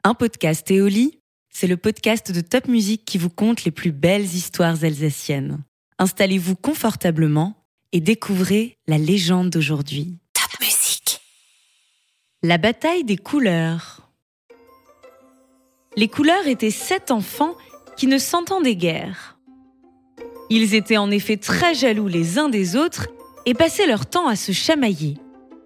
Un podcast Éoli, c'est le podcast de Top Music qui vous conte les plus belles histoires alsaciennes. Installez-vous confortablement et découvrez la légende d'aujourd'hui. Top Music. La bataille des couleurs. Les couleurs étaient 7 enfants qui ne s'entendaient guère. Ils étaient en effet très jaloux les uns des autres et passaient leur temps à se chamailler.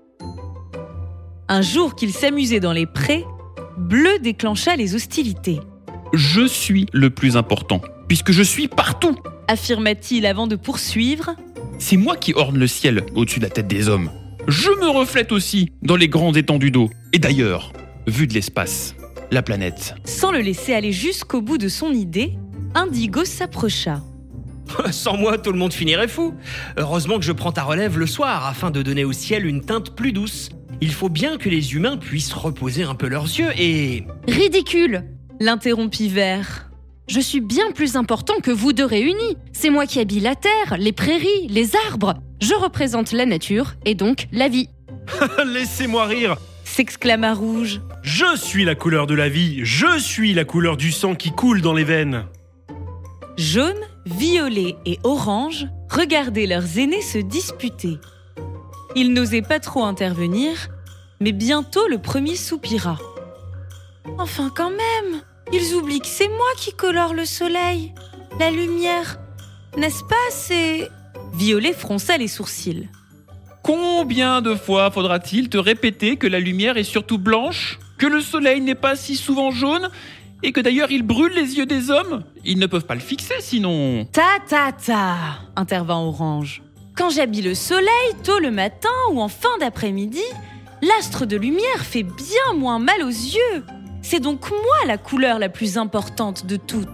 Un jour qu'ils s'amusaient dans les prés, Bleu déclencha les hostilités. « Je suis le plus important, puisque je suis partout !» affirma-t-il avant de poursuivre. « C'est moi qui orne le ciel au-dessus de la tête des hommes. Je me reflète aussi dans les grandes étendues d'eau. Et d'ailleurs, vu de l'espace, la planète. » Sans le laisser aller jusqu'au bout de son idée, Indigo s'approcha. « Sans moi, tout le monde finirait fou. Heureusement que je prends ta relève le soir afin de donner au ciel une teinte plus douce. Il faut bien que les humains puissent reposer un peu leurs yeux et... » « Ridicule !» l'interrompit Vert. « Je suis bien plus important que vous deux réunis. C'est moi qui habille la terre, les prairies, les arbres. Je représente la nature et donc la vie. » « Laissez-moi rire !» s'exclama Rouge. « Je suis la couleur de la vie. Je suis la couleur du sang qui coule dans les veines. » Jaune, violet et orange regardaient leurs aînés se disputer. Ils n'osaient pas trop intervenir, mais bientôt le premier soupira. « Enfin quand même, ils oublient que c'est moi qui colore le soleil, la lumière. N'est-ce pas, c'est... » Violet fronça les sourcils. « Combien de fois faudra-t-il te répéter que la lumière est surtout blanche, que le soleil n'est pas si souvent jaune, et que d'ailleurs il brûle les yeux des hommes ? Ils ne peuvent pas le fixer sinon... » « Ta, intervint Orange. Quand j'habille le soleil tôt le matin ou en fin d'après-midi, l'astre de lumière fait bien moins mal aux yeux. C'est donc moi la couleur la plus importante de toutes. »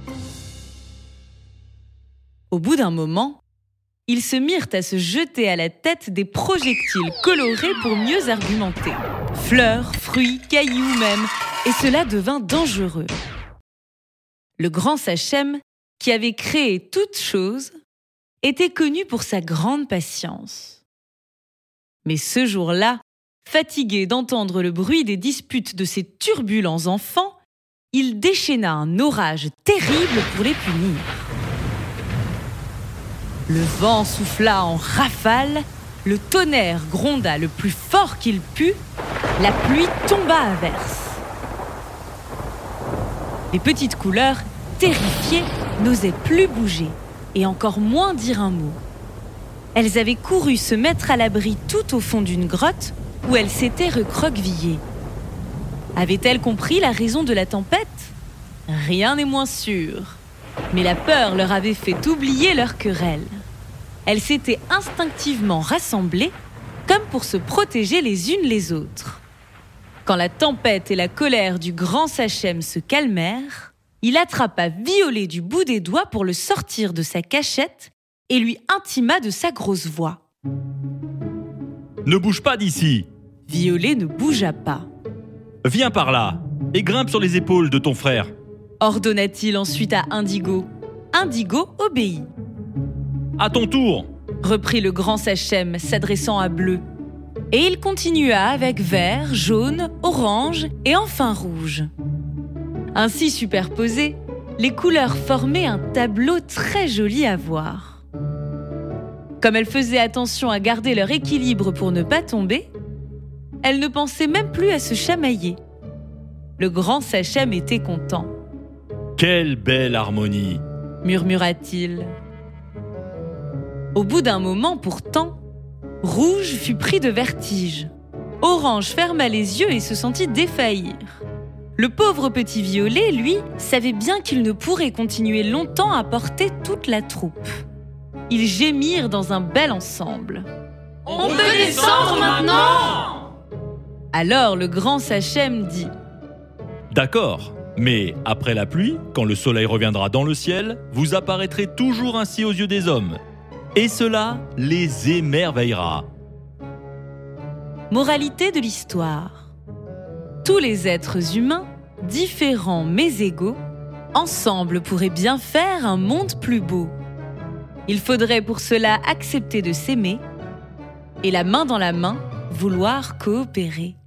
Au bout d'un moment, ils se mirent à se jeter à la tête des projectiles colorés pour mieux argumenter. Fleurs, fruits, cailloux même, et cela devint dangereux. Le grand Sachem, qui avait créé toutes choses, était connu pour sa grande patience. Mais ce jour-là, fatigué d'entendre le bruit des disputes de ces turbulents enfants, il déchaîna un orage terrible pour les punir. Le vent souffla en rafales, le tonnerre gronda le plus fort qu'il put, la pluie tomba à verse. Les petites couleurs, terrifiées, n'osaient plus bouger et encore moins dire un mot. Elles avaient couru se mettre à l'abri tout au fond d'une grotte où elles s'étaient recroquevillées. Avaient-elles compris la raison de la tempête ? Rien n'est moins sûr. Mais la peur leur avait fait oublier leur querelle. Elles s'étaient instinctivement rassemblées, comme pour se protéger les unes les autres. Quand la tempête et la colère du grand Sachem se calmèrent, il attrapa Violet du bout des doigts pour le sortir de sa cachette et lui intima de sa grosse voix. « Ne bouge pas d'ici !» Violet ne bougea pas. « Viens par là et grimpe sur les épaules de ton frère !» ordonna-t-il ensuite à Indigo. Indigo obéit. « À ton tour !» reprit le grand Sachem, s'adressant à Bleu. Et il continua avec vert, jaune, orange et enfin rouge. Ainsi superposées, les couleurs formaient un tableau très joli à voir. Comme elles faisaient attention à garder leur équilibre pour ne pas tomber, elles ne pensaient même plus à se chamailler. Le grand Sachem était content. « Quelle belle harmonie !» murmura-t-il. Au bout d'un moment pourtant, Rouge fut pris de vertige. Orange ferma les yeux et se sentit défaillir. Le pauvre petit Violet, lui, savait bien qu'il ne pourrait continuer longtemps à porter toute la troupe. Ils gémirent dans un bel ensemble. « On peut descendre maintenant !» Alors le grand Sachem dit « D'accord, mais après la pluie, quand le soleil reviendra dans le ciel, vous apparaîtrez toujours ainsi aux yeux des hommes. Et cela les émerveillera. » Moralité de l'histoire. Tous les êtres humains, différents mais égaux, ensemble pourraient bien faire un monde plus beau. Il faudrait pour cela accepter de s'aimer et la main dans la main, vouloir coopérer.